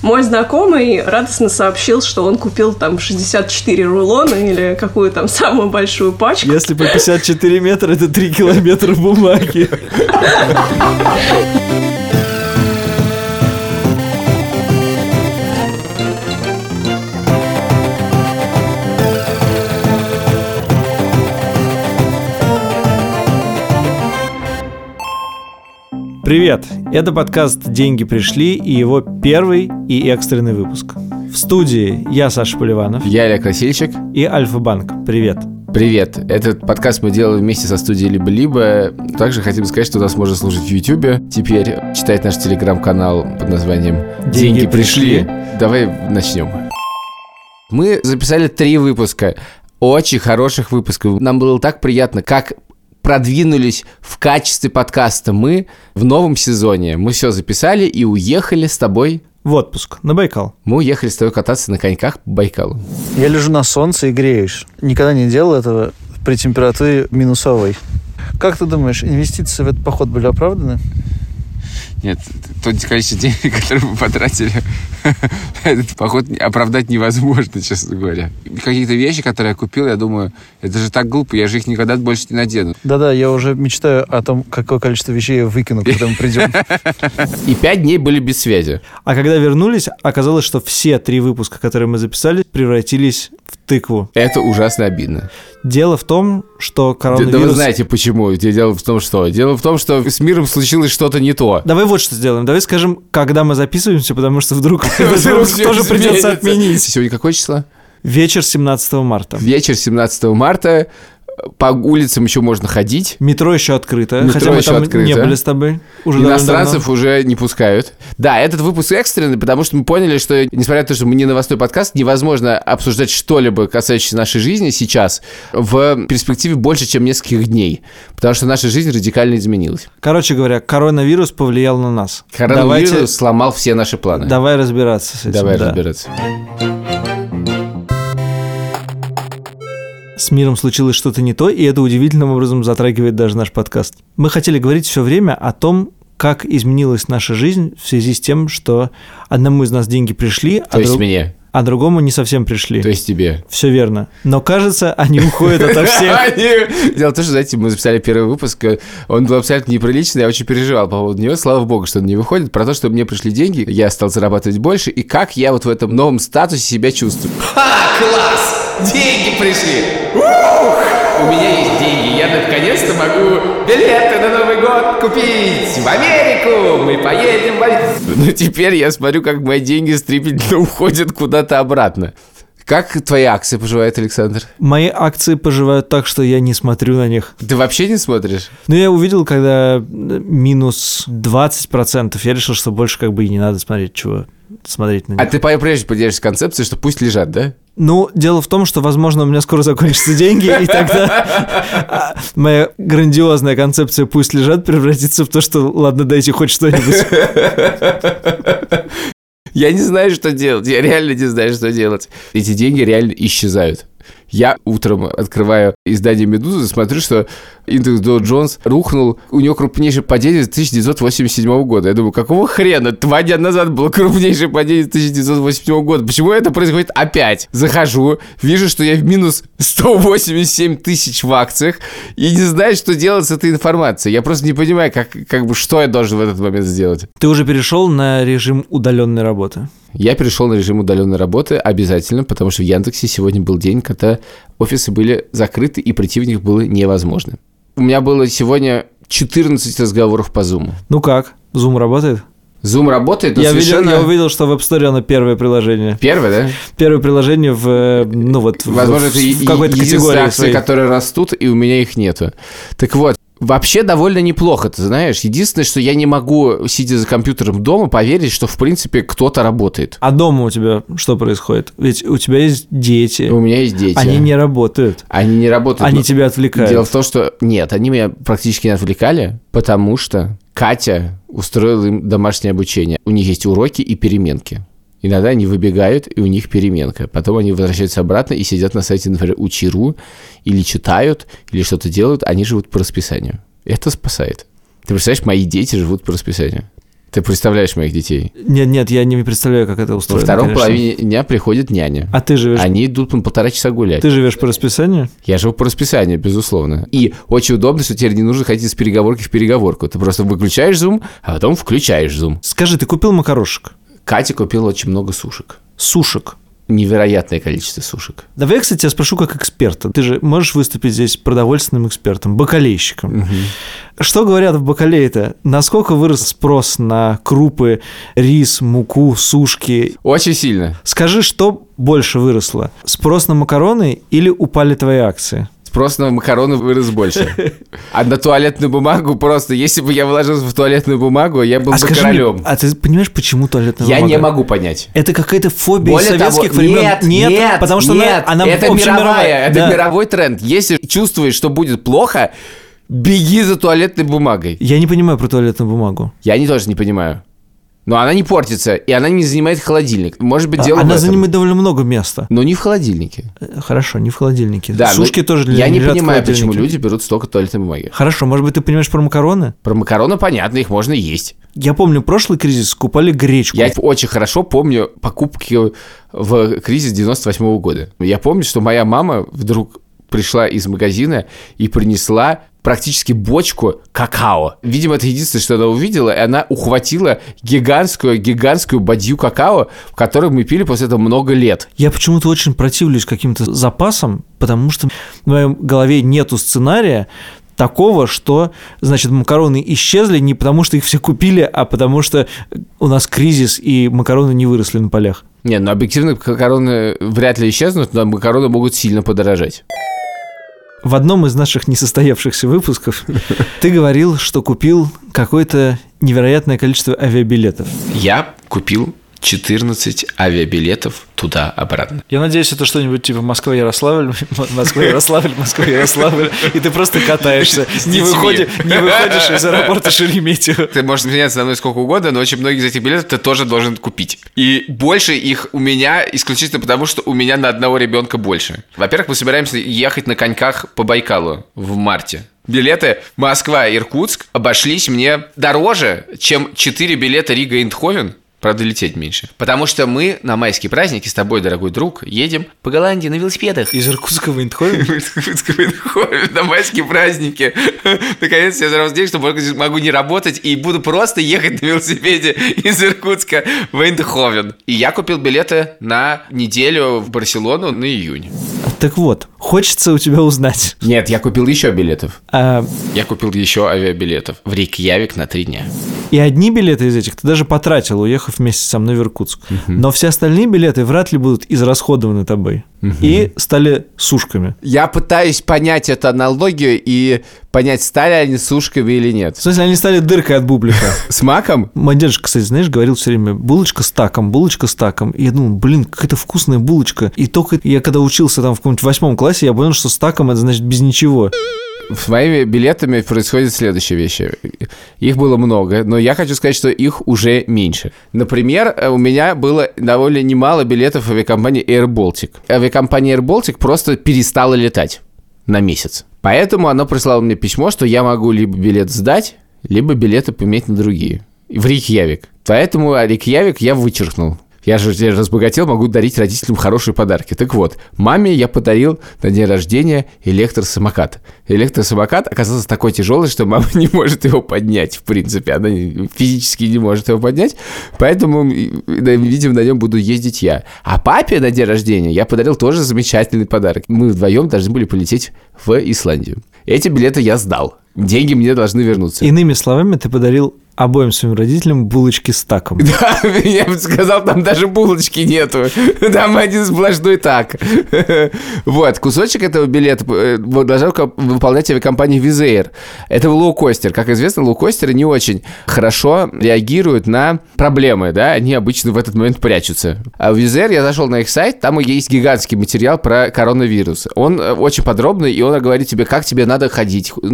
Мой знакомый радостно сообщил, что он купил там 64 рулона или какую там самую большую пачку. Если по 54 метра, это 3 километра бумаги. Привет! Это подкаст «Деньги пришли» и его первый и экстренный выпуск. В студии я, Саша Поливанов. Я, Олег Красильщик. И Альфа-Банк. Привет! Привет! Этот подкаст мы делаем вместе со студией «Либо-либо». Также хотим сказать, что нас можно слушать в Ютубе. Теперь читать наш телеграм-канал под названием «Деньги пришли». Давай начнем. Мы записали 3 выпуска. Очень хороших выпусков. Нам было так приятно, как продвинулись в качестве подкаста мы в новом сезоне. Мы все записали и уехали с тобой в отпуск на Байкал. Мы уехали с тобой кататься на коньках по Байкалу. Я лежу на солнце и греюсь. Никогда не делал этого при температуре минусовой. Как ты думаешь, инвестиции в этот поход были оправданы? Нет, то количество денег, которые мы потратили, этот поход оправдать невозможно, честно говоря. Какие-то вещи, которые я купил, я думаю, это же так глупо, я же их никогда больше не надену. Да-да, я уже мечтаю о том, какое количество вещей я выкину, когда мы придем. И 5 дней были без связи. А когда вернулись, оказалось, что все 3 выпуска, которые мы записали, превратились в тыкву. Это ужасно обидно. Дело в том, что коронавирус... Да вы знаете почему. Дело в том, что с миром случилось что-то не то. Давай вот что сделаем. Давай скажем, когда мы записываемся, потому что вдруг тоже придется отменить. Сегодня какое число? Вечер 17 марта. Вечер 17 марта. По улицам еще можно ходить. Метро еще открыто. Хотя мы там не были с тобой. Иностранцев уже не пускают. Да, этот выпуск экстренный, потому что мы поняли, что, несмотря на то, что мы не новостной подкаст, невозможно обсуждать что-либо, касающееся нашей жизни сейчас в перспективе больше, чем нескольких дней. Потому что наша жизнь радикально изменилась. Короче говоря, коронавирус повлиял на нас. Коронавирус сломал все наши планы. Давай разбираться с этим. Давай разбираться. С миром случилось что-то не то, и это удивительным образом затрагивает даже наш подкаст. Мы хотели говорить все время о том, как изменилась наша жизнь в связи с тем, что одному из нас деньги пришли, мне. А другому не совсем пришли. То есть тебе. Все верно. Но, кажется, они уходят ото всех. Дело в том, что, знаете, мы записали первый выпуск, он был абсолютно неприличный, я очень переживал по поводу него. Слава богу, что он не выходит. Про то, что мне пришли деньги, я стал зарабатывать больше, и как я вот в этом новом статусе себя чувствую. Класс! Деньги пришли! У меня есть деньги, я наконец-то могу билеты на Новый год купить в Америку, мы поедем в Америку. Но теперь я смотрю, как мои деньги стремительно уходят куда-то обратно. Как твои акции поживают, Александр? Мои акции поживают так, что я не смотрю на них. Ты вообще не смотришь? Ну, я увидел, когда минус 20%, я решил, что больше как бы и не надо смотреть на них. А ты прежде поддерживаешь концепцию, что пусть лежат, да? Ну, дело в том, что, возможно, у меня скоро закончатся деньги, и тогда моя грандиозная концепция «пусть лежат» превратится в то, что ладно, дайте хоть что-нибудь. Я не знаю, что делать. Я реально не знаю, что делать. Эти деньги реально исчезают. Я утром открываю издание «Медузы», смотрю, что индекс Dow Jones рухнул. У него крупнейшее падение с 1987 года. Я думаю, какого хрена? 2 дня назад было крупнейшее падение с 1987 года. Почему это происходит опять? Захожу, вижу, что я в минус 187 тысяч в акциях и не знаю, что делать с этой информацией. Я просто не понимаю, что я должен в этот момент сделать. Ты уже перешел на режим удаленной работы? Я перешел на режим удаленной работы обязательно, потому что в Яндексе сегодня был день, когда офисы были закрыты, и прийти в них было невозможно. У меня было сегодня 14 разговоров по Zoom. Ну как? Zoom работает? Zoom работает, но я увидел, что в App Store оно первое приложение. Первое, да? Первое приложение возможно, в какой-то категории акции, которые растут, и у меня их нету. Так вот, вообще довольно неплохо, ты знаешь. Единственное, что я не могу, сидя за компьютером дома, поверить, что, в принципе, кто-то работает. А дома у тебя что происходит? Ведь у тебя есть дети. У меня есть дети. Они не работают. Они не работают. Они тебя отвлекают. Дело в том, что... Нет, они меня практически не отвлекали, потому что Катя устроила им домашнее обучение. У них есть уроки и переменки. Иногда они выбегают, и у них переменка. Потом они возвращаются обратно и сидят на сайте, например, Учи.ру, или читают, или что-то делают. Они живут по расписанию. Это спасает. Ты представляешь, мои дети живут по расписанию. Ты представляешь моих детей? Нет, я не представляю, как это устроено. Во втором конечно. половине дня приходит няня. А ты живешь? Они идут на 1,5 часа гулять. Ты живешь по расписанию? Я живу по расписанию, безусловно. И очень удобно, что тебе не нужно ходить с переговорки в переговорку. Ты просто выключаешь Zoom, а потом включаешь Zoom. Скажи, ты купил макарошек? Катя купила очень много сушек. Сушек? Невероятное количество сушек. Давай я, кстати, тебя спрошу как эксперта. Ты же можешь выступить здесь продовольственным экспертом, бакалейщиком. Угу. Что говорят в бакалее-то? Насколько вырос спрос на крупы, рис, муку, сушки? Очень сильно. Скажи, что больше выросло? Спрос на макароны или упали твои акции? Спрос на макароны вырос больше. А на туалетную бумагу просто, если бы я вложился в туалетную бумагу, я был бы королем. А ты понимаешь, почему туалетная бумага? Я не могу понять. Это какая-то фобия Более советских того, времен. Нет, потому что она это общемировая. это мировой тренд. Если чувствуешь, что будет плохо, беги за туалетной бумагой. Я не понимаю про туалетную бумагу. Я тоже не понимаю. Но она не портится, и она не занимает холодильник. Может быть, дело в этом. Она занимает довольно много места. Но не в холодильнике. Хорошо, не в холодильнике. Да, сушки тоже я не лежат в понимаю, холодильнике. почему люди берут столько туалетной бумаги. Хорошо, может быть, ты понимаешь про макароны? Про макароны понятно, их можно есть. Я помню, прошлый кризис скупали гречку. Я очень хорошо помню покупки в кризис 98 года. Я помню, что моя мама вдруг пришла из магазина и принесла практически бочку какао. Видимо, это единственное, что она увидела, и она ухватила гигантскую бадью какао, в которой мы пили после этого много лет. Я почему-то очень противлюсь каким-то запасам, потому что в моей голове нету сценария такого, что, значит, макароны исчезли не потому, что их все купили, а потому что у нас кризис, и макароны не выросли на полях. Не, ну объективно макароны вряд ли исчезнут, но макароны могут сильно подорожать. В одном из наших несостоявшихся выпусков ты говорил, что купил какое-то невероятное количество авиабилетов. Я купил 14 авиабилетов туда-обратно. Я надеюсь, это что-нибудь типа Москва-Ярославль, Москва-Ярославль, Москва-Ярославль, и ты просто катаешься, не выходишь из аэропорта Шереметьево. Ты можешь меняться со мной сколько угодно, но очень многие из этих билетов ты тоже должен купить. И больше их у меня исключительно потому, что у меня на одного ребенка больше. Во-первых, мы собираемся ехать на коньках по Байкалу в марте. Билеты Москва-Иркутск обошлись мне дороже, чем 4 билета Рига-Эйндховен. Правда, лететь меньше. Потому что мы на майские праздники с тобой, дорогой друг, едем по Голландии на велосипедах. Из Иркутска в Эйндховен? Из Иркутска в Эйндховен на майские праздники. Наконец я заработал денег, что могу не работать и буду просто ехать на велосипеде из Иркутска в Эйндховен. И я купил билеты на неделю в Барселону на июнь. Так вот, хочется у тебя узнать. Нет, я купил еще билетов. Я купил еще авиабилетов в Рейкьявик на 3 дня. И одни билеты из этих ты даже потратил, уехав вместе со мной в Иркутск. Но все остальные билеты вряд ли будут израсходованы тобой. И стали сушками. Я пытаюсь понять эту аналогию и понять, стали они сушками или нет. В смысле, они стали дыркой от бублика. С маком? Мой дедушка, кстати, знаешь, говорил все время: булочка с таком, булочка с таком. И я думал, блин, какая-то вкусная булочка. И только я когда учился там в каком-нибудь 8 классе, я понял, что с таком это значит без ничего. С моими билетами происходят следующие вещи. Их было много, но я хочу сказать, что их уже меньше. Например, у меня было довольно немало билетов авиакомпании Air Baltic. Авиакомпания Air Baltic просто перестала летать на месяц. Поэтому она прислала мне письмо, что я могу либо билет сдать, либо билеты поменять на другие. В Рейкьявик. Поэтому Рейкьявик я вычеркнул. Я же разбогател, могу дарить родителям хорошие подарки. Так вот, маме я подарил на день рождения электросамокат. Электросамокат оказался такой тяжелый, что мама не может его поднять, в принципе. Она физически не может его поднять, поэтому, видимо, на нем буду ездить я. А папе на день рождения я подарил тоже замечательный подарок. Мы вдвоем должны были полететь в Исландию. Эти билеты я сдал. Деньги мне должны вернуться. Иными словами, ты подарил обоим своим родителям булочки с таком. Да, я бы сказал, там даже булочки нету. Там один сплошной так. Вот, кусочек этого билета должна выполнять авиакомпания Wizz Air. Это лоукостер. Как известно, лоукостеры не очень хорошо реагируют на проблемы, да, они обычно в этот момент прячутся. А в Wizz Air я зашел на их сайт, там есть гигантский материал про коронавирус. Он очень подробный, и он говорит тебе, как тебе надо ходить, нужно ли тебе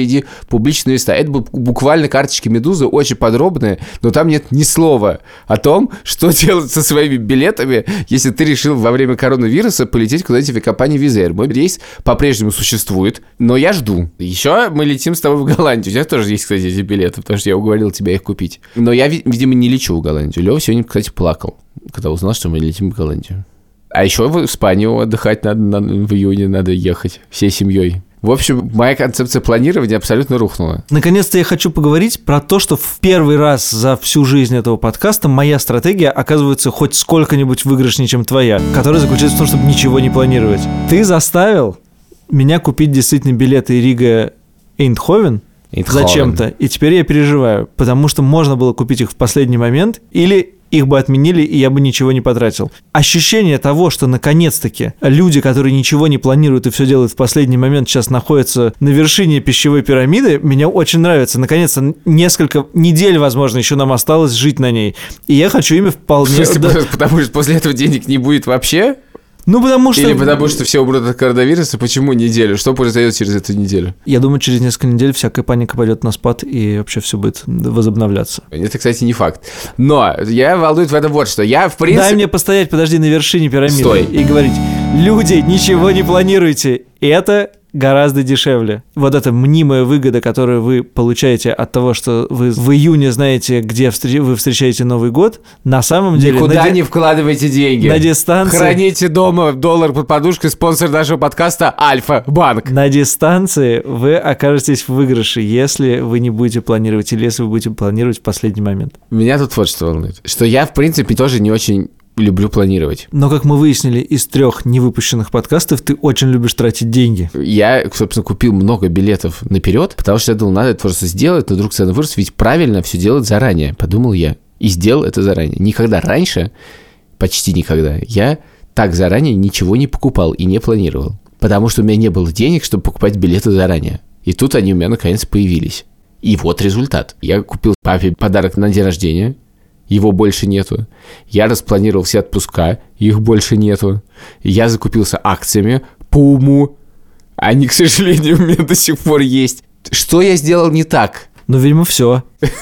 очереди, публичные места. Это буквально карточки «Медузы», очень подробные, но там нет ни слова о том, что делать со своими билетами, если ты решил во время коронавируса полететь куда-нибудь в авиакомпанию Wizz Air. Мой рейс по-прежнему существует, но я жду. Еще мы летим с тобой в Голландию. У тебя тоже есть, кстати, эти билеты, потому что я уговорил тебя их купить. Но я, видимо, не лечу в Голландию. Лёва сегодня, кстати, плакал, когда узнал, что мы летим в Голландию. А еще в Испанию отдыхать надо, в июне надо ехать всей семьей. В общем, моя концепция планирования абсолютно рухнула. Наконец-то я хочу поговорить про то, что в первый раз за всю жизнь этого подкаста моя стратегия оказывается хоть сколько-нибудь выигрышнее, чем твоя, которая заключается в том, чтобы ничего не планировать. Ты заставил меня купить действительно билеты Рига-Эйндховен зачем-то, и теперь я переживаю, потому что можно было купить их в последний момент, или их бы отменили, и я бы ничего не потратил. Ощущение того, что наконец-таки люди, которые ничего не планируют и все делают в последний момент, сейчас находятся на вершине пищевой пирамиды, мне очень нравится. Наконец-то несколько недель, возможно, еще нам осталось жить на ней. И я хочу ими вполне... В смысле, потому что после этого денег не будет вообще? Ну, потому что... Или потому что все умрут от коронавируса? Почему неделю? Что произойдет через эту неделю? Я думаю, через несколько недель всякая паника пойдет на спад, и вообще все будет возобновляться. Это, кстати, не факт. Но я волнует в этом вот что. Я, в принципе... Дай мне постоять, подожди, на вершине пирамиды. Стой. И говорить: люди, ничего не планируйте. Это гораздо дешевле. Вот эта мнимая выгода, которую вы получаете от того, что вы в июне знаете, где вы встречаете Новый год, на самом деле... Никуда не вкладывайте деньги. На дистанции... Храните дома доллар под подушкой. Спонсор нашего подкаста — Альфа-банк. На дистанции вы окажетесь в выигрыше, если вы не будете планировать, или если вы будете планировать в последний момент. Меня тут вот что волнует. Что я, в принципе, тоже не очень... люблю планировать. Но, как мы выяснили из 3 невыпущенных подкастов, ты очень любишь тратить деньги. Я, собственно, купил много билетов наперед, потому что я думал, надо это просто сделать, но вдруг цены вырос, ведь правильно все делать заранее, подумал я. И сделал это заранее. Никогда раньше, почти никогда, я так заранее ничего не покупал и не планировал. Потому что у меня не было денег, чтобы покупать билеты заранее. И тут они у меня наконец появились. И вот результат. Я купил папе подарок на день рождения. Его больше нету. Я распланировал все отпуска, их больше нету. Я закупился акциями Пуму. Они, к сожалению, у меня до сих пор есть. Что я сделал не так? Ну, видимо, все.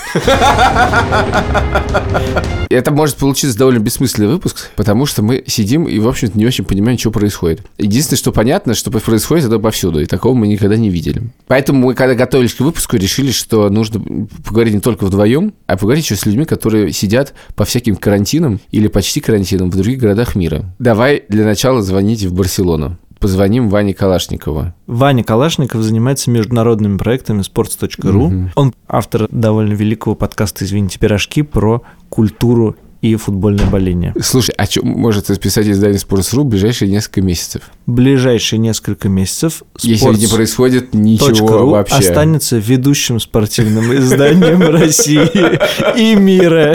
Это может получиться довольно бессмысленный выпуск, потому что мы сидим и, в общем-то, не очень понимаем, что происходит. Единственное, что понятно, что происходит это повсюду, и такого мы никогда не видели. Поэтому мы, когда готовились к выпуску, решили, что нужно поговорить не только вдвоем, а поговорить еще с людьми, которые сидят по всяким карантинам или почти карантинам в других городах мира. Давай для начала звоните в Барселону. Позвоним Ване Калашникову. Ваня Калашников занимается международными проектами sports.ru. Он автор довольно великого подкаста «Извините, пирожки» про культуру и футбольное боление. Слушай, а что может расписать издание Sports.ru в ближайшие несколько месяцев? Ближайшие несколько месяцев если не происходит ничего вообще. Останется ведущим спортивным изданием России и мира.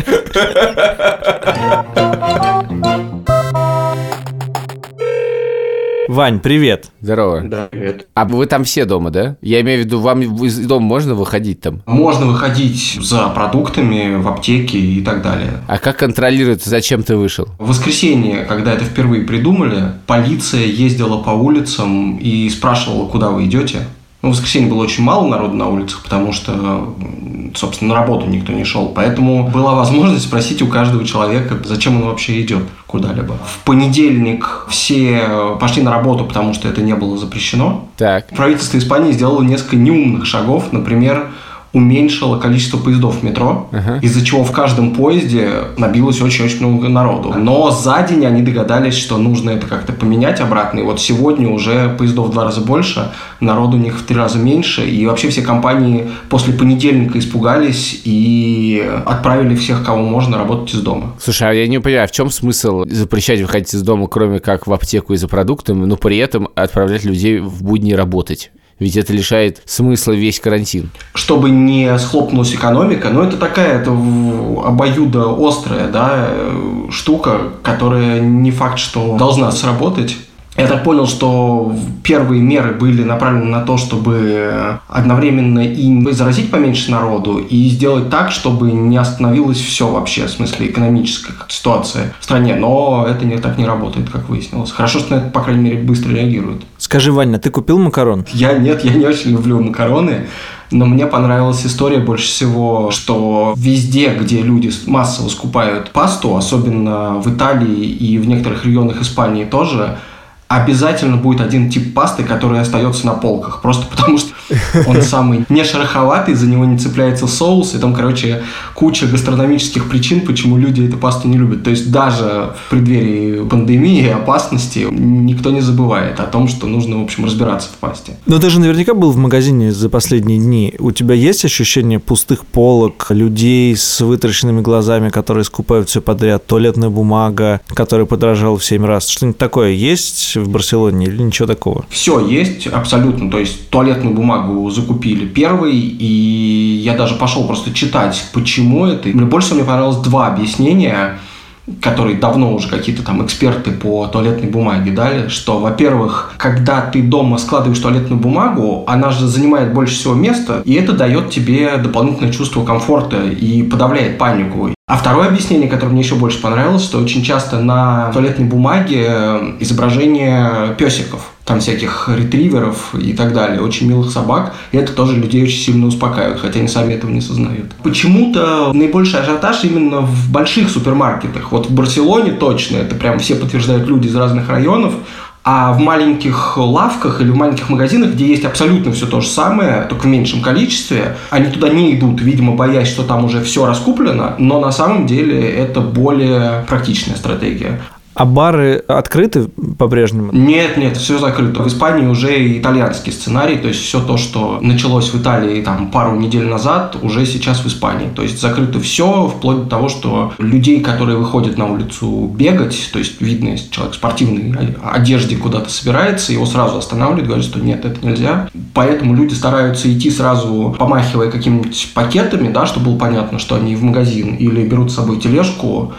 Вань, привет. Здорово. Да, привет. А вы там все дома, да? Я имею в виду, вам из дома можно выходить там? Можно выходить за продуктами в аптеке и так далее. А как контролируется, зачем ты вышел? В воскресенье, когда это впервые придумали, полиция ездила по улицам и спрашивала, куда вы идете. В воскресенье было очень мало народу на улицах, потому что, собственно, на работу никто не шел. Поэтому была возможность спросить у каждого человека, зачем он вообще идет куда-либо. В понедельник все пошли на работу, потому что это не было запрещено. Так. Правительство Испании сделало несколько неумных шагов. Например, уменьшило количество поездов в метро, из-за чего в каждом поезде набилось очень-очень много народу. Но за день они догадались, что нужно это как-то поменять обратно. И вот сегодня уже поездов в 2 раза больше, народу у них в 3 раза меньше. И вообще все компании после понедельника испугались и отправили всех, кого можно, работать из дома. Слушай, а я не понимаю, в чем смысл запрещать выходить из дома, кроме как в аптеку и за продуктами, но при этом отправлять людей в будни работать? Ведь это лишает смысла весь карантин. Чтобы не схлопнулась экономика, но это такая обоюдоострая, да, штука, которая не факт, что должна сработать. Я так понял, что первые меры были направлены на то, чтобы одновременно и заразить поменьше народу, и сделать так, чтобы не остановилось все вообще, в смысле экономическая ситуация в стране. Но это так не работает, как выяснилось. Хорошо, что на это, по крайней мере, быстро реагируют. Скажи, Ваня, ты купил макарон? Нет, я не очень люблю макароны. Но мне понравилась история больше всего, что везде, где люди массово скупают пасту, особенно в Италии и в некоторых регионах Испании тоже, обязательно будет один тип пасты, который остается на полках. Просто потому, что он самый не шероховатый, за него не цепляется соус. И там, куча гастрономических причин, почему люди эту пасту не любят. То есть даже в преддверии пандемии и опасности никто не забывает о том, что нужно, в общем, разбираться в пасте. Но ты же наверняка был в магазине за последние дни. У тебя есть ощущение пустых полок, людей с вытаращенными глазами, которые скупают все подряд, туалетная бумага, которая подорожала в 7 раз? Что-нибудь такое есть в Барселоне или ничего такого? Все есть абсолютно. То есть туалетную бумагу закупили первой, и я даже пошел просто читать, почему это. Больше всего мне понравилось 2 объяснения, которые давно уже какие-то там эксперты по туалетной бумаге дали, что, во-первых, когда ты дома складываешь туалетную бумагу, она же занимает больше всего места, и это дает тебе дополнительное чувство комфорта и подавляет панику. А второе объяснение, которое мне еще больше понравилось, что очень часто на туалетной бумаге изображение песиков, там всяких ретриверов и так далее, очень милых собак, и это тоже людей очень сильно успокаивает, хотя они сами этого не сознают. Почему-то наибольший ажиотаж именно в больших супермаркетах. Вот в Барселоне точно, это прям все подтверждают люди из разных районов, а в маленьких лавках или в маленьких магазинах, где есть абсолютно все то же самое, только в меньшем количестве, они туда не идут, видимо, боясь, что там уже все раскуплено, но на самом деле это более практичная стратегия. А бары открыты по-прежнему? Нет, все закрыто. В Испании уже итальянский сценарий, то есть все то, что началось в Италии там пару недель назад, уже сейчас в Испании. То есть закрыто все, вплоть до того, что людей, которые выходят на улицу бегать, то есть видно, если человек в спортивной одежде куда-то собирается, его сразу останавливают, говорят, что нет, это нельзя. Поэтому люди стараются идти сразу, помахивая какими-нибудь пакетами, да, чтобы было понятно, что они в магазин, или берут с собой тележку,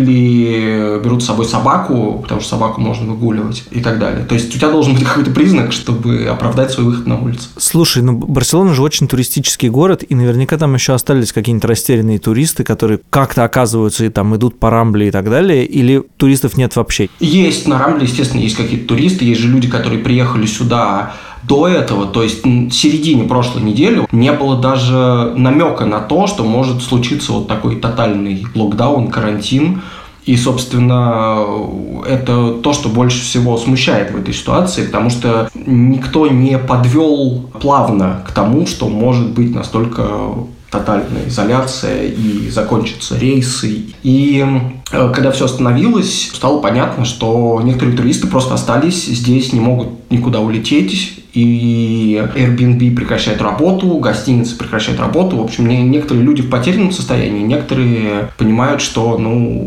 или берут с собой собаку, потому что собаку можно выгуливать и так далее. То есть у тебя должен быть какой-то признак, чтобы оправдать свой выход на улицу. Слушай, Барселона же очень туристический город, и наверняка там еще остались какие-нибудь растерянные туристы, которые как-то оказываются и там идут по Рамбле и так далее, или туристов нет вообще? Есть на Рамбле, естественно, есть какие-то туристы, есть же люди, которые приехали сюда до этого, то есть в середине прошлой недели не было даже намека на то, что может случиться вот такой тотальный локдаун, карантин. И, собственно, это то, что больше всего смущает в этой ситуации, потому что никто не подвел плавно к тому, что может быть настолько тотальная изоляция и закончатся рейсы. И когда все остановилось, стало понятно, что некоторые туристы просто остались здесь, не могут никуда улететь. И Airbnb прекращает работу, гостиницы прекращают работу. В общем, некоторые люди в потерянном состоянии, некоторые понимают, что,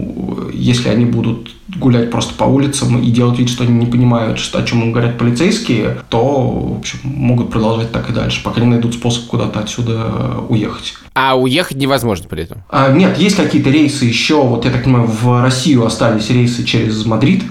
если они будут гулять просто по улицам и делать вид, что они не понимают, о чем им говорят полицейские, то, в общем, могут продолжать так и дальше, пока не найдут способ куда-то отсюда уехать. А уехать невозможно при этом? Нет, есть какие-то рейсы еще, вот я так понимаю, в Россию остались рейсы через Мадрид,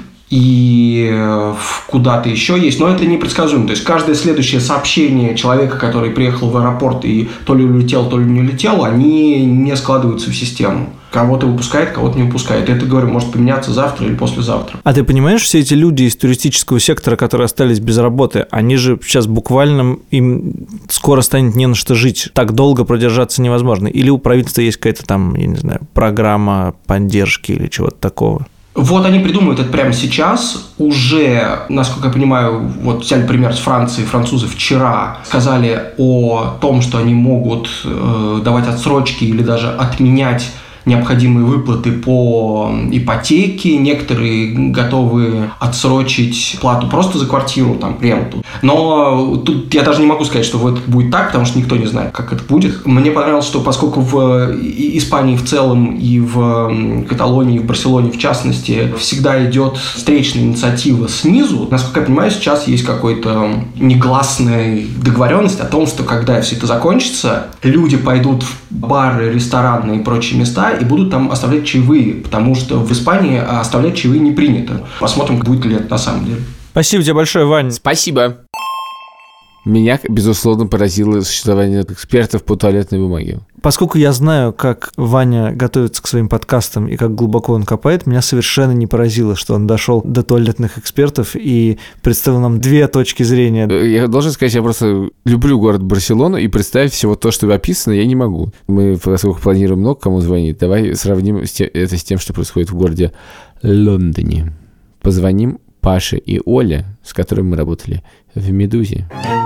и куда-то еще есть, но это непредсказуемо. То есть каждое следующее сообщение человека, который приехал в аэропорт и то ли улетел, то ли не улетел, они не складываются в систему. Кого-то выпускает, кого-то не выпускает. Это, говорю, может поменяться завтра или послезавтра. А ты понимаешь, все эти люди из туристического сектора, которые остались без работы, они же сейчас буквально, им скоро станет не на что жить. Так долго продержаться невозможно. Или у правительства есть какая-то там, я не знаю, программа поддержки или чего-то такого? Вот они придумывают это прямо сейчас. Уже, насколько я понимаю, вот взяли пример с Франции. Французы вчера сказали о том, что они могут давать отсрочки или даже отменять необходимые выплаты по ипотеке, некоторые готовы отсрочить плату просто за квартиру, там, ренту. Но тут я даже не могу сказать, что это будет так, потому что никто не знает, как это будет. Мне понравилось, что поскольку в Испании в целом и в Каталонии, и в Барселоне в частности всегда идет встречная инициатива снизу, насколько я понимаю, сейчас есть какая-то негласная договоренность о том, что когда все это закончится, люди пойдут в бары, рестораны и прочие места и будут там оставлять чаевые, потому что в Испании оставлять чаевые не принято. Посмотрим, будет ли это на самом деле. Спасибо тебе большое, Вань. Спасибо. Меня, безусловно, поразило существование экспертов по туалетной бумаге. Поскольку я знаю, как Ваня готовится к своим подкастам и как глубоко он копает, меня совершенно не поразило, что он дошел до туалетных экспертов и представил нам две точки зрения. Я должен сказать, я просто люблю город Барселону, и представить всего то, что описано, я не могу. Мы, поскольку планируем много кому звонить, давай сравним это с тем, что происходит в городе Лондоне. Позвоним Паше и Оле, с которыми мы работали в «Медузе».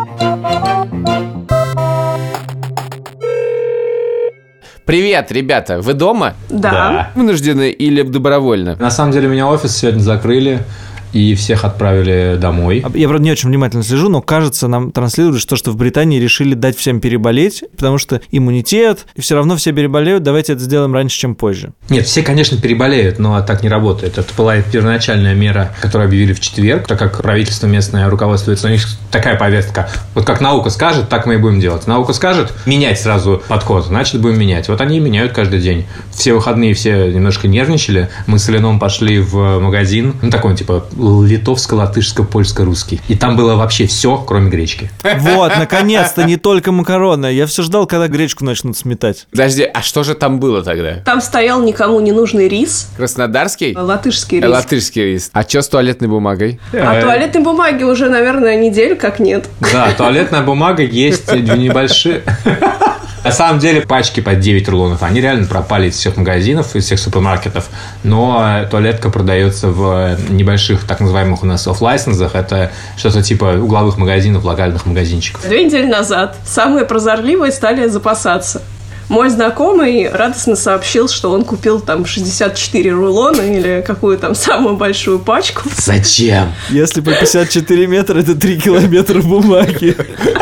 Привет, ребята, вы дома? Да. Вынуждены или добровольно? На самом деле меня офис сегодня закрыли и всех отправили домой. Я, правда, не очень внимательно слежу, но, кажется, нам транслируют, что в Британии решили дать всем переболеть, потому что иммунитет, и все равно все переболеют, давайте это сделаем раньше, чем позже. Нет, все, конечно, переболеют, но так не работает. Это была первоначальная мера, которую объявили в четверг, так как правительство местное руководствуется, у них такая повестка. Вот как наука скажет, так мы и будем делать. Наука скажет менять сразу подход, значит, будем менять. Вот они меняют каждый день. Все выходные все немножко нервничали. Мы с Леном пошли в магазин, такой, типа, литовско-латышско-польско-русский. И там было вообще все, кроме гречки. Вот, наконец-то, не только макароны. Я все ждал, когда гречку начнут сметать. Подожди, а что же там было тогда? Там стоял никому не нужный рис. Краснодарский? Латышский рис. Латышский рис. А что с туалетной бумагой? А туалетной бумаги уже, наверное, неделю как нет. Да, туалетная бумага есть небольшие. На самом деле пачки по 9 рулонов, они реально пропали из всех магазинов, из всех супермаркетов, но туалетка продается в небольших, так называемых у нас офф-лайсенсах, это что-то типа угловых магазинов, локальных магазинчиков. 2 недели назад самые прозорливые стали запасаться. Мой знакомый радостно сообщил, что он купил там 64 рулона или какую там самую большую пачку. Зачем? Если по 54 метра, это 3 километра бумаги.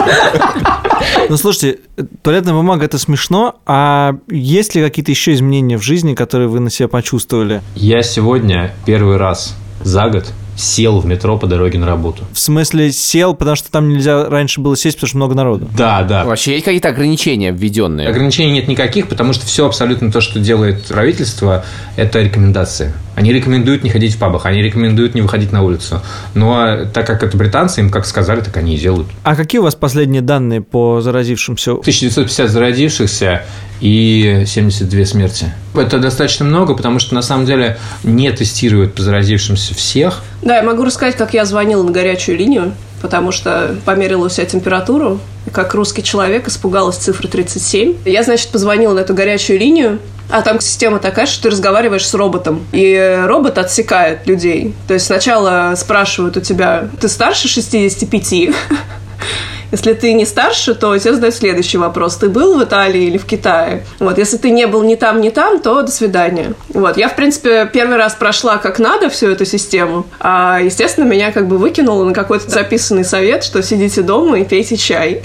Ну, слушайте, туалетная бумага – это смешно, а есть ли какие-то еще изменения в жизни, которые вы на себя почувствовали? Я сегодня первый раз за год сел в метро по дороге на работу. В смысле сел, потому что там нельзя раньше было сесть, потому что много народу? Да, да. Вообще есть какие-то ограничения введенные? Ограничений нет никаких, потому что все абсолютно то, что делает правительство, это рекомендации. Они рекомендуют не ходить в пабах, они рекомендуют не выходить на улицу. Но так как это британцы, им как сказали, так они и делают. А какие у вас последние данные по заразившимся? 1950 заразившихся и 72 смерти. Это достаточно много, потому что на самом деле не тестируют по заразившимся всех. Да, я могу рассказать, как я звонила на горячую линию, потому что померила у себя температуру, и как русский человек испугалась цифры 37. Я, значит, позвонила на эту горячую линию, а там система такая, что ты разговариваешь с роботом, и робот отсекает людей. То есть сначала спрашивают у тебя, ты старше 65? Если ты не старше, то тебе задают следующий вопрос. Ты был в Италии или в Китае? Вот, если ты не был ни там, то до свидания. Вот, я, в принципе, первый раз прошла как надо всю эту систему, а, естественно, меня как бы выкинуло на какой-то записанный совет, что сидите дома и пейте чай.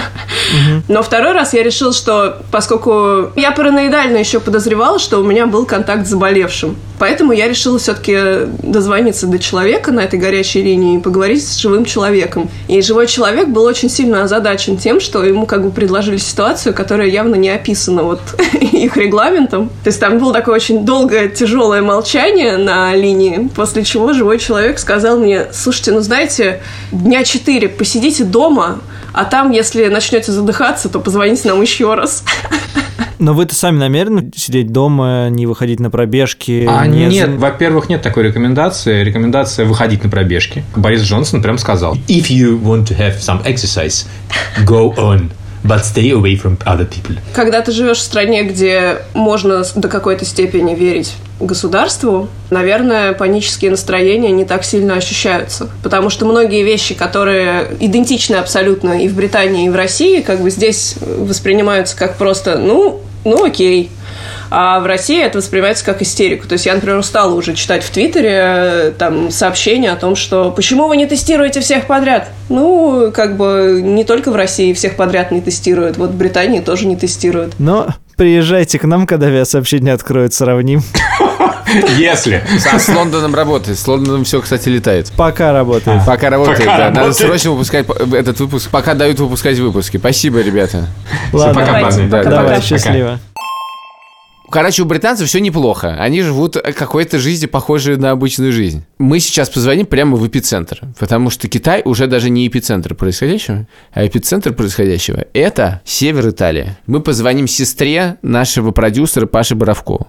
Но второй раз я решила, что поскольку я параноидально еще подозревала, что у меня был контакт с заболевшим, поэтому я решила все-таки дозвониться до человека на этой горячей линии и поговорить с живым человеком. И живой человек был очень сильно озадачен тем, что ему как бы предложили ситуацию, которая явно не описана вот их регламентом. То есть там было такое очень долгое, тяжелое молчание на линии, после чего живой человек сказал мне: слушайте, ну знаете, дня 4 посидите дома, а там, если начнете задыхаться, то позвоните нам еще раз. Но вы-то сами намерены сидеть дома, не выходить на пробежки? Нет, во-первых, нет такой рекомендации. Рекомендация выходить на пробежки. Борис Джонсон прям сказал: If you want to have some exercise, go on. But stay away from other people. Когда ты живешь в стране, где можно до какой-то степени верить государству, наверное, панические настроения не так сильно ощущаются. Потому что многие вещи, которые идентичны абсолютно и в Британии, и в России, как бы здесь воспринимаются как просто, ну окей. А в России это воспринимается как истерику. То есть я, например, устала уже читать в Твиттере там сообщения о том, что почему вы не тестируете всех подряд? Ну, как бы не только в России всех подряд не тестируют, вот в Британии тоже не тестируют. Но приезжайте к нам, когда авиасообщение откроют, сравним. Если. А с Лондоном работает. С Лондоном все, кстати, летает. Пока работает. Пока работает, да. Надо срочно выпускать этот выпуск, пока дают выпускать выпуски. Спасибо, ребята. Ладно, пока, давайте. парни. Да, давай, давай, счастливо. Короче, у британцев все неплохо. Они живут какой-то жизнью, похожей на обычную жизнь. Мы сейчас позвоним прямо в эпицентр, потому что Китай уже даже не эпицентр происходящего, а эпицентр происходящего – это север Италии. Мы позвоним сестре нашего продюсера Паши Боровкова.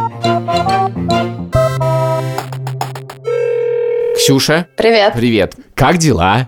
Ксюша. Привет. Привет. Как дела?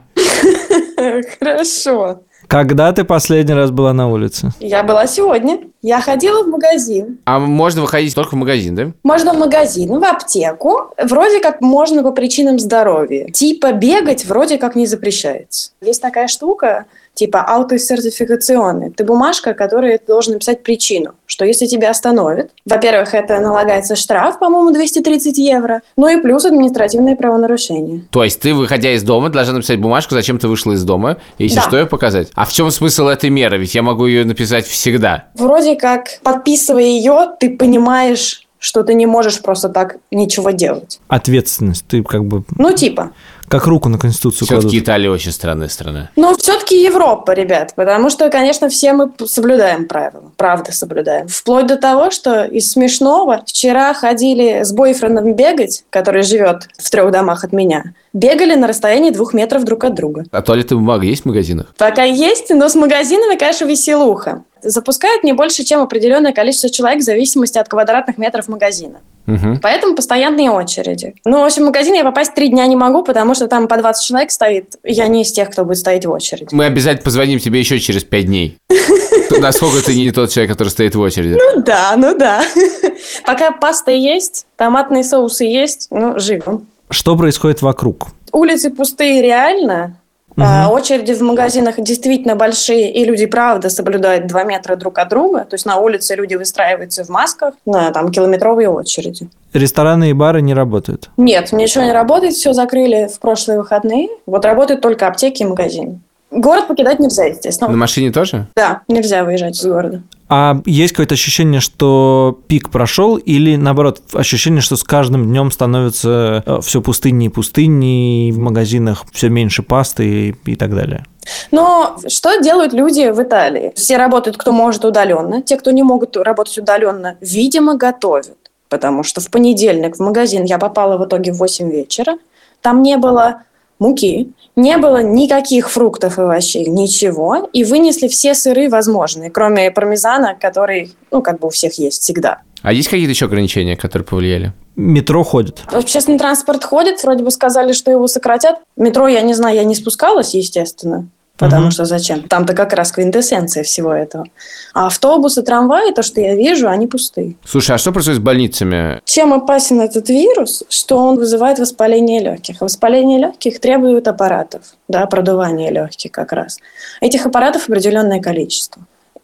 Хорошо. Когда ты последний раз была на улице? Я была сегодня. Я ходила в магазин. А можно выходить только в магазин, да? Можно в магазин, в аптеку. Вроде как можно по причинам здоровья. Типа бегать вроде как не запрещается. Есть такая штука, типа аутосертификационная. Ты бумажка, которой ты должен написать причину, что если тебя остановят, во-первых, это налагается штраф, по-моему, 230 евро, ну и плюс административное правонарушение. То есть ты, выходя из дома, должна написать бумажку, зачем ты вышла из дома, если что, ее показать. А в чем смысл этой меры? Ведь я могу ее написать всегда. Вроде как, подписывая ее, ты понимаешь, что ты не можешь просто так ничего делать. Ответственность. Ты как бы... Ну, типа. Как руку на Конституцию Все-таки кладут. Италия очень странная страна. Ну, все-таки Европа, ребят, потому что, конечно, все мы соблюдаем правила, правда соблюдаем. Вплоть до того, что из смешного вчера ходили с бойфрендом бегать, который живет в 3 домах от меня, бегали на расстоянии 2 метров друг от друга. А туалетная бумага есть в магазинах? Пока есть, но с магазинами, конечно, веселуха. Запускают не больше, чем определенное количество человек в зависимости от квадратных метров магазина. Угу. Поэтому постоянные очереди. Ну, в общем, в магазин я попасть 3 дня не могу, потому что там по 20 человек стоит. Я не из тех, кто будет стоять в очереди. Мы обязательно позвоним тебе еще через 5 дней. Насколько ты не тот человек, который стоит в очереди. Ну да. Пока паста есть, томатные соусы есть, ну, живем. Что происходит вокруг? Улицы пустые реально. Очереди в магазинах действительно большие, и люди, правда, соблюдают 2 метра друг от друга. То есть на улице люди выстраиваются в масках на там километровые очереди. Рестораны и бары не работают? Нет, ничего не работает, все закрыли в прошлые выходные. Вот работают только аптеки и магазины. Город покидать нельзя, естественно. На машине тоже? Да, нельзя выезжать из города. А есть какое-то ощущение, что пик прошел, или наоборот, ощущение, что с каждым днем становится все пустыннее и пустыннее, в магазинах все меньше пасты и так далее? Но что делают люди в Италии? Все работают, кто может, удаленно. Те, кто не могут работать удаленно, видимо, готовят. Потому что в понедельник в магазин я попала в итоге в 8 вечера. Там не было муки, не было никаких фруктов и овощей, ничего. И вынесли все сыры возможные, кроме пармезана, который, как бы у всех есть всегда. А есть какие-то еще ограничения, которые повлияли? Метро ходит? Общественный транспорт ходит, вроде бы сказали, что его сократят. Метро, я не знаю, я не спускалась, естественно. Потому что зачем? Там-то как раз квинтэссенция всего этого. А автобусы, трамваи, то, что я вижу, они пустые. Слушай, а что происходит с больницами? Чем опасен этот вирус? Что он вызывает воспаление легких. Воспаление легких требует аппаратов, продувание легких как раз. Этих аппаратов определенное количество.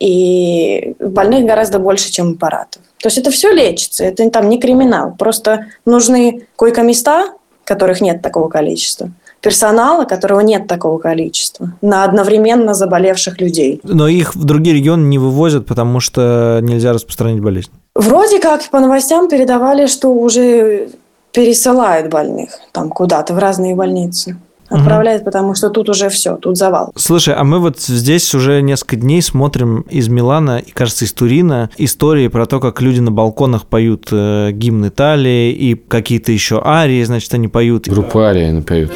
И больных гораздо больше, чем аппаратов. То есть это все лечится, это там не криминал. Просто нужны койко-места, которых нет такого количества. Персонала, которого нет такого количества, на одновременно заболевших людей. Но их в другие регионы не вывозят, потому что нельзя распространить болезнь. Вроде как по новостям передавали, что уже пересылают больных там куда-то в разные больницы. Отправляют, потому что тут уже все, тут завал. Слушай, а мы вот здесь уже несколько дней смотрим из Милана и, кажется, из Турина истории про то, как люди на балконах поют гимн Италии и какие-то еще арии, значит, они поют. Группа арии напоют.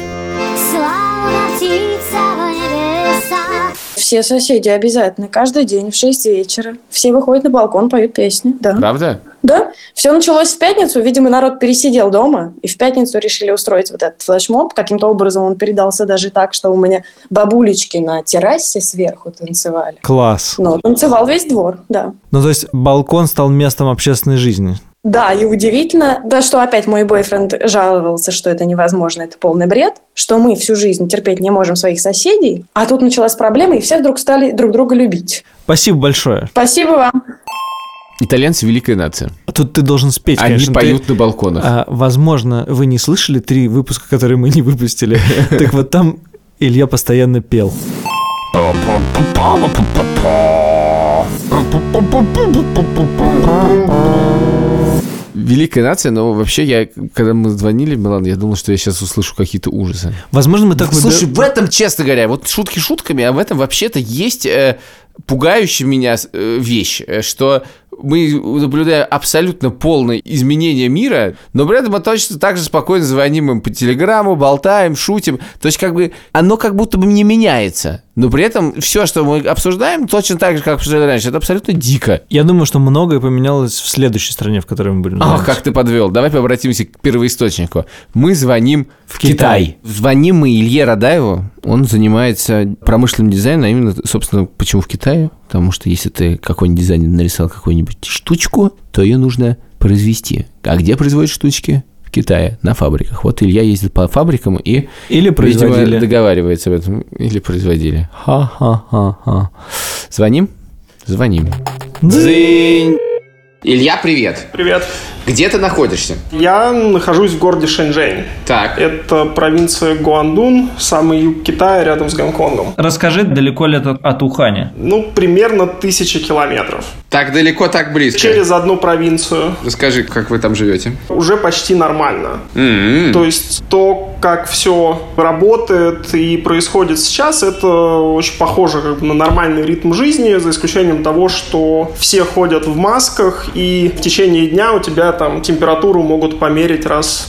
Все соседи обязательно каждый день в 6 вечера. Все выходят на балкон, поют песни. Да. Правда? Да. Все началось в пятницу. Видимо, народ пересидел дома. И в пятницу решили устроить вот этот флешмоб. Каким-то образом он передался даже так, что у меня бабулечки на террасе сверху танцевали. Класс. Ну, танцевал весь двор, да. Ну, то есть балкон стал местом общественной жизни. Да, и удивительно, да, что опять мой бойфренд жаловался, что это невозможно, это полный бред, что мы всю жизнь терпеть не можем своих соседей, а тут началась проблема, и все вдруг стали друг друга любить. Спасибо большое. Спасибо вам. Итальянцы – великая нация. Тут ты должен спеть, они конечно. Они поют на балконах. Возможно, вы не слышали 3 выпуска, которые мы не выпустили. Так вот там Илья постоянно пел. Великая нация, но вообще когда мы звонили в Милан, я думал, что я сейчас услышу какие-то ужасы. Возможно, мы так... Слушай, в этом, честно говоря, вот шутки шутками, а в этом вообще-то есть пугающая меня вещь, что мы наблюдаем абсолютно полное изменение мира, но при этом мы точно так же спокойно звоним им по телеграмму, болтаем, шутим. То есть, как бы, оно как будто бы не меняется. Но при этом все, что мы обсуждаем, точно так же, как обсуждали раньше. Это абсолютно дико. Я думаю, что многое поменялось в следующей стране, в которой мы будем. Ах, как ты подвел. Давай обратимся к первоисточнику. Мы звоним в Китай. Звоним мы Илье Радаеву. Он занимается промышленным дизайном, а именно, собственно, почему в Китае? Потому что если ты какой-нибудь дизайнер нарисовал какую-нибудь штучку, то ее нужно произвести. А где производят штучки? В Китае, на фабриках. Вот Илья ездит по фабрикам и, или производили. Видимо, договаривается об этом. Или производили. Ха-ха-ха-ха. Звоним? Звоним. Дзынь! Илья, привет. Привет. Где ты находишься? Я нахожусь в городе Шэньчжэнь. Так. Это провинция Гуандун, самый юг Китая, рядом с Гонконгом. Расскажи, далеко ли это от Уханя? Примерно 1000 километров. Так далеко, так близко. Через одну провинцию. Расскажи, как вы там живете. Уже почти нормально. То есть то, как все работает и происходит сейчас, это очень похоже как бы на нормальный ритм жизни, за исключением того, что все ходят в масках, и в течение дня у тебя там температуру могут померить раз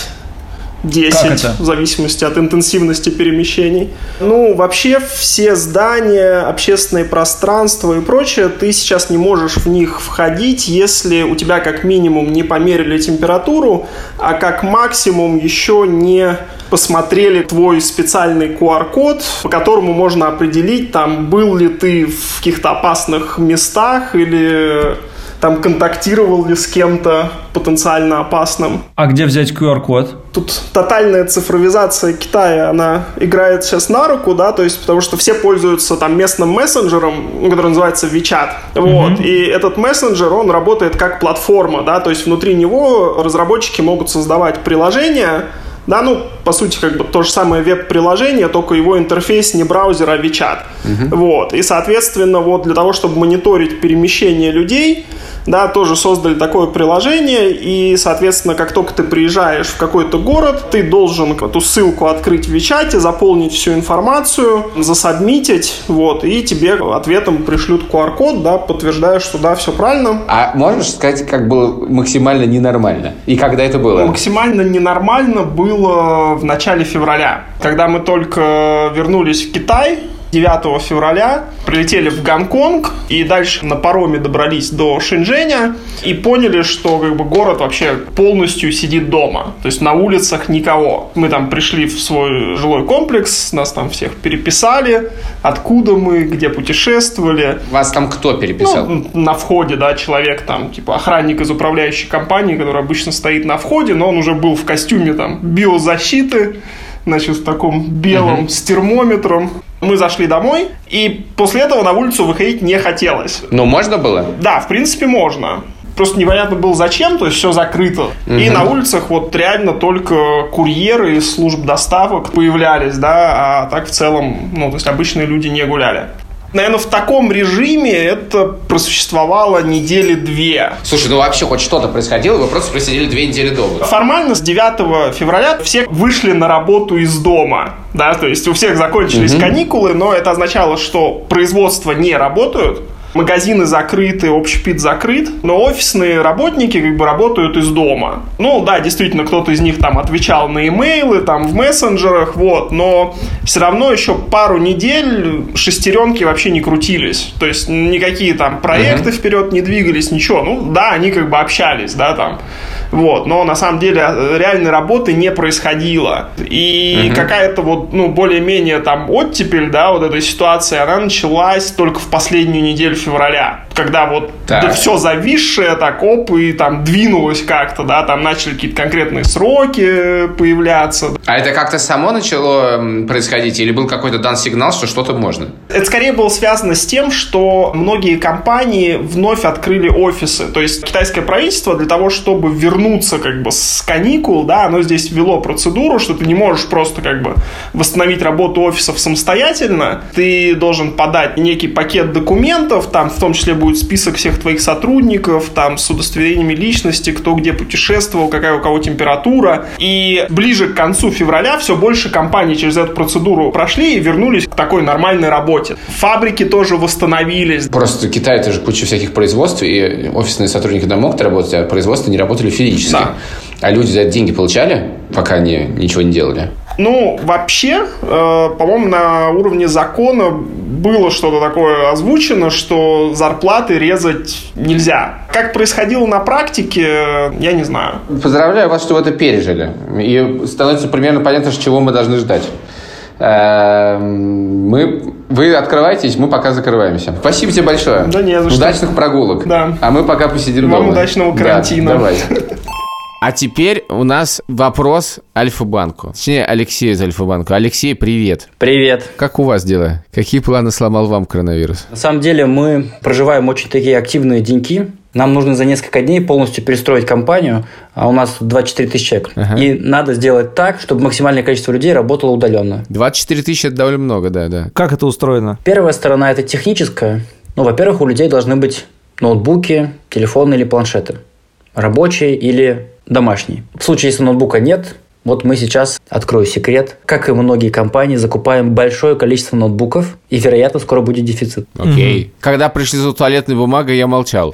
5-10, в зависимости от интенсивности перемещений. Вообще все здания, общественные пространства и прочее, ты сейчас не можешь в них входить, если у тебя как минимум не померили температуру, а как максимум еще не посмотрели твой специальный QR-код, по которому можно определить, там, был ли ты в каких-то опасных местах или там контактировал ли с кем-то потенциально опасным. А где взять QR-код? Тут тотальная цифровизация Китая, она играет сейчас на руку, да, то есть потому что все пользуются там местным мессенджером, который называется WeChat. Вот, и этот мессенджер, он работает как платформа, да, то есть внутри него разработчики могут создавать приложения, да, по сути, как бы то же самое веб-приложение, только его интерфейс не браузер, а WeChat. Вот. И, соответственно, вот для того, чтобы мониторить перемещение людей, да, тоже создали такое приложение, и, соответственно, как только ты приезжаешь в какой-то город, ты должен эту ссылку открыть в WeChat, заполнить всю информацию, засабмитить, вот, и тебе ответом пришлют QR-код, да, подтверждая, что да, все правильно. А можешь сказать, как было максимально ненормально? И когда это было? Максимально ненормально было в начале февраля, когда мы только вернулись в Китай. 9 февраля прилетели в Гонконг и дальше на пароме добрались до Шэньчжэня и поняли, что как бы город вообще полностью сидит дома. То есть на улицах никого. Мы там пришли в свой жилой комплекс, нас там всех переписали, откуда мы, где путешествовали. Вас там кто переписал? На входе, да, человек там, типа охранник из управляющей компании, который обычно стоит на входе, но он уже был в костюме там биозащиты, значит, в таком белом с термометром. Мы зашли домой, и после этого на улицу выходить не хотелось. Но можно было? Да, в принципе, можно. Просто непонятно было зачем, то есть все закрыто. И на улицах вот реально только курьеры из служб доставок появлялись, да, а так в целом, то есть обычные люди не гуляли. Наверное, в таком режиме это просуществовало недели 2. Слушай, вообще хоть что-то происходило, вы просто просидели 2 недели дома. Формально с 9 февраля все вышли на работу из дома, да, то есть у всех закончились каникулы, но это означало, что производства не работают, магазины закрыты, общепит закрыт, но офисные работники как бы работают из дома. Да, действительно, кто-то из них там отвечал на имейлы, там в мессенджерах, вот, но все равно еще пару недель шестеренки вообще не крутились. То есть никакие там проекты вперед не двигались, ничего. Да, они как бы общались, да, там. Вот, но на самом деле реальной работы не происходило. И какая-то вот, более-менее там оттепель, да, вот этой ситуации, она началась только в последнюю неделю февраля. Когда вот все зависшее, так, и там двинулось как-то, да, там начали какие-то конкретные сроки появляться. А это как-то само начало происходить? Или был какой-то дан сигнал, что что-то можно? Это скорее было связано с тем, что многие компании вновь открыли офисы. То есть китайское правительство для того, чтобы вернуться как бы с каникул, да, оно здесь ввело процедуру, что ты не можешь просто как бы восстановить работу офисов самостоятельно. Ты должен подать некий пакет документов, там в том числе будет будет список всех твоих сотрудников, там, с удостоверениями личности, кто где путешествовал, какая у кого температура. И ближе к концу февраля все больше компаний через эту процедуру прошли и вернулись к такой нормальной работе. Фабрики тоже восстановились. Просто в Китае тоже куча всяких производств, и офисные сотрудники там могут работать, а производства не работали физически. Да. А люди за это деньги получали, пока они ничего не делали? Ну, вообще, по-моему, на уровне закона было что-то такое озвучено, что зарплаты резать нельзя. Как происходило на практике, я не знаю. Поздравляю вас, что вы это пережили. И становится примерно понятно, чего мы должны ждать. Вы открываетесь, мы пока закрываемся. Спасибо тебе большое. Да не за что. Удачных прогулок. Да. А мы пока посидим дома. Вам удачного карантина. Да, давай. А теперь у нас вопрос Альфа-банку. Точнее, Алексею из Альфа-банку. Алексей, привет. Привет. Как у вас дела? Какие планы сломал вам коронавирус? На самом деле мы проживаем очень такие активные деньки. Нам нужно за несколько дней полностью перестроить компанию, а у нас 24 тысячи человек. Ага. И надо сделать так, чтобы максимальное количество людей работало удаленно. 24 тысячи – это довольно много, да. Как это устроено? Первая сторона – это техническая. Ну, во-первых, у людей должны быть ноутбуки, телефоны или планшеты. Рабочие или домашние. В случае, если ноутбука нет, вот мы сейчас, открою секрет, как и многие компании, закупаем большое количество ноутбуков, и, вероятно, скоро будет дефицит. Окей. Когда пришли за туалетной бумагой, я молчал.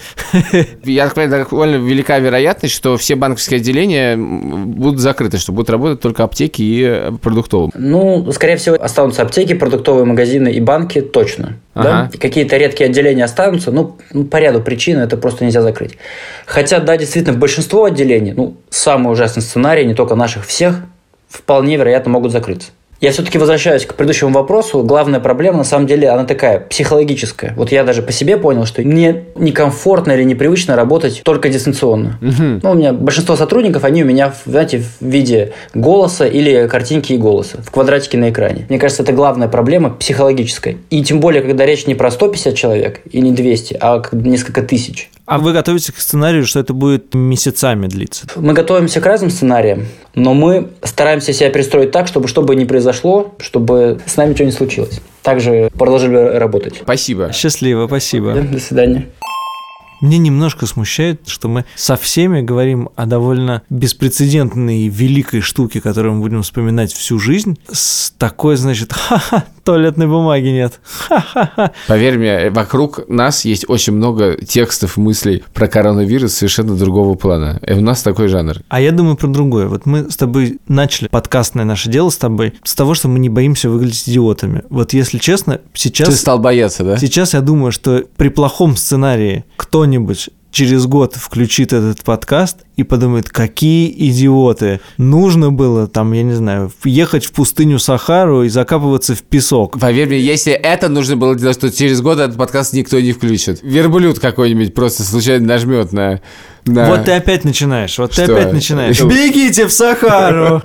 Я так понимаю, довольно велика вероятность, что все банковские отделения будут закрыты, что будут работать только аптеки и продуктовые. Ну, скорее всего, останутся аптеки, продуктовые магазины и банки точно. Ага. Да? Какие-то редкие отделения останутся, ну, по ряду причин это просто нельзя закрыть. Хотя, да, действительно, большинство отделений, ну, самый ужасный сценарий, не только наших, всех, вполне вероятно могут закрыться. Я все-таки возвращаюсь к предыдущему вопросу. Главная проблема, на самом деле, она такая, психологическая. Вот я даже по себе понял, что мне некомфортно или непривычно работать только дистанционно. Ну, у меня большинство сотрудников, они у меня, знаете, в виде голоса или картинки и голоса, в квадратике на экране. Мне кажется, это главная проблема психологическая. И тем более, когда речь не про 150 человек и не 200, а несколько тысяч. А вы готовитесь к сценарию, что это будет месяцами длиться? Мы готовимся к разным сценариям, но мы стараемся себя перестроить так, чтобы что бы ни произошло, чтобы с нами ничего не случилось. Также продолжили работать. Спасибо. Счастливо, спасибо. До свидания. Мне немножко смущает, что мы со всеми говорим о довольно беспрецедентной великой штуке, которую мы будем вспоминать всю жизнь, с такой, значит, туалетной бумаги нет. Поверь мне, вокруг нас есть очень много текстов, мыслей про коронавирус совершенно другого плана. И у нас такой жанр. А я думаю про другое. Вот мы с тобой начали подкастное наше дело с тобой с того, что мы не боимся выглядеть идиотами. Вот если честно, сейчас... Ты стал бояться, да? Сейчас я думаю, что при плохом сценарии кто-нибудь через год включит этот подкаст и подумает, какие идиоты. Нужно было, там, я не знаю, ехать в пустыню Сахару и закапываться в песок. Поверь мне, если это нужно было делать, то через год этот подкаст никто не включит. Верблюд какой-нибудь просто случайно нажмет на... Вот ты опять начинаешь, Что? ты опять начинаешь. Бегите в Сахару!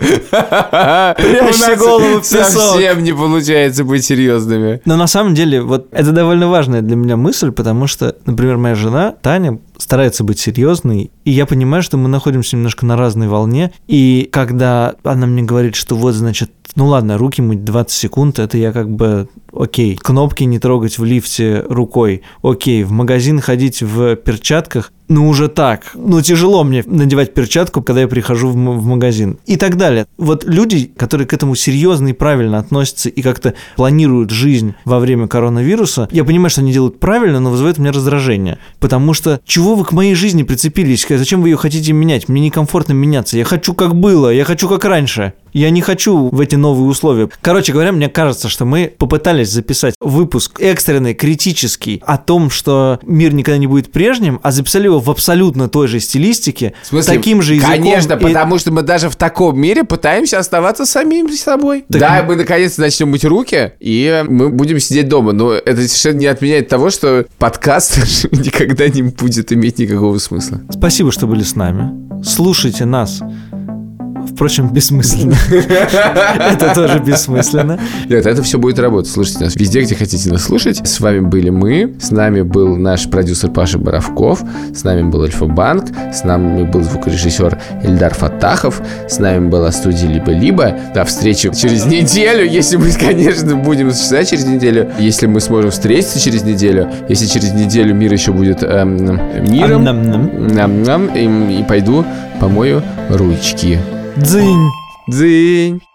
Прячьте голову в песок! Совсем не получается быть серьезными. Но на самом деле, вот это довольно важная для меня мысль, потому что, например, моя жена Таня старается быть серьезной, и я понимаю, что мы находимся немножко на разной волне, и когда она мне говорит, что вот, значит, ну ладно, руки мыть 20 секунд, это я как бы окей. Кнопки не трогать в лифте рукой, окей. В магазин ходить в перчатках, ну уже так. Ну тяжело мне надевать перчатку, когда я прихожу в магазин. И так далее. Вот люди, которые к этому серьезно и правильно относятся и как-то планируют жизнь во время коронавируса, я понимаю, что они делают правильно, но вызывает у меня раздражение. Потому что чего вы к моей жизни прицепились? Зачем вы ее хотите менять? Мне некомфортно меняться. Я хочу как было, я хочу как раньше. Я не хочу в эти новые условия. Короче говоря, мне кажется, что мы попытались записать выпуск экстренный, критический, о том, что мир никогда не будет прежним, а записали его в абсолютно той же стилистике, в смысле, таким же языком. Конечно, потому что мы даже в таком мире пытаемся оставаться самим собой. Так да, мы наконец-то начнем мыть руки, и мы будем сидеть дома. Но это совершенно не отменяет того, что подкаст никогда не будет иметь никакого смысла. Спасибо, что были с нами. Слушайте нас в впрочем, бессмысленно. Это тоже бессмысленно. Нет, это все будет работать. Слушайте нас везде, где хотите нас слушать. С вами были мы. С нами был наш продюсер Паша Боровков. С нами был Альфа-Банк. С нами был звукорежиссер Эльдар Фаттахов. С нами была студия «Либо-либо». До встречи через неделю, если мы, конечно, будем существовать через неделю. Если мы сможем встретиться через неделю. Если через неделю мир еще будет миром. И пойду помою ручки. Дзынь. Дзынь.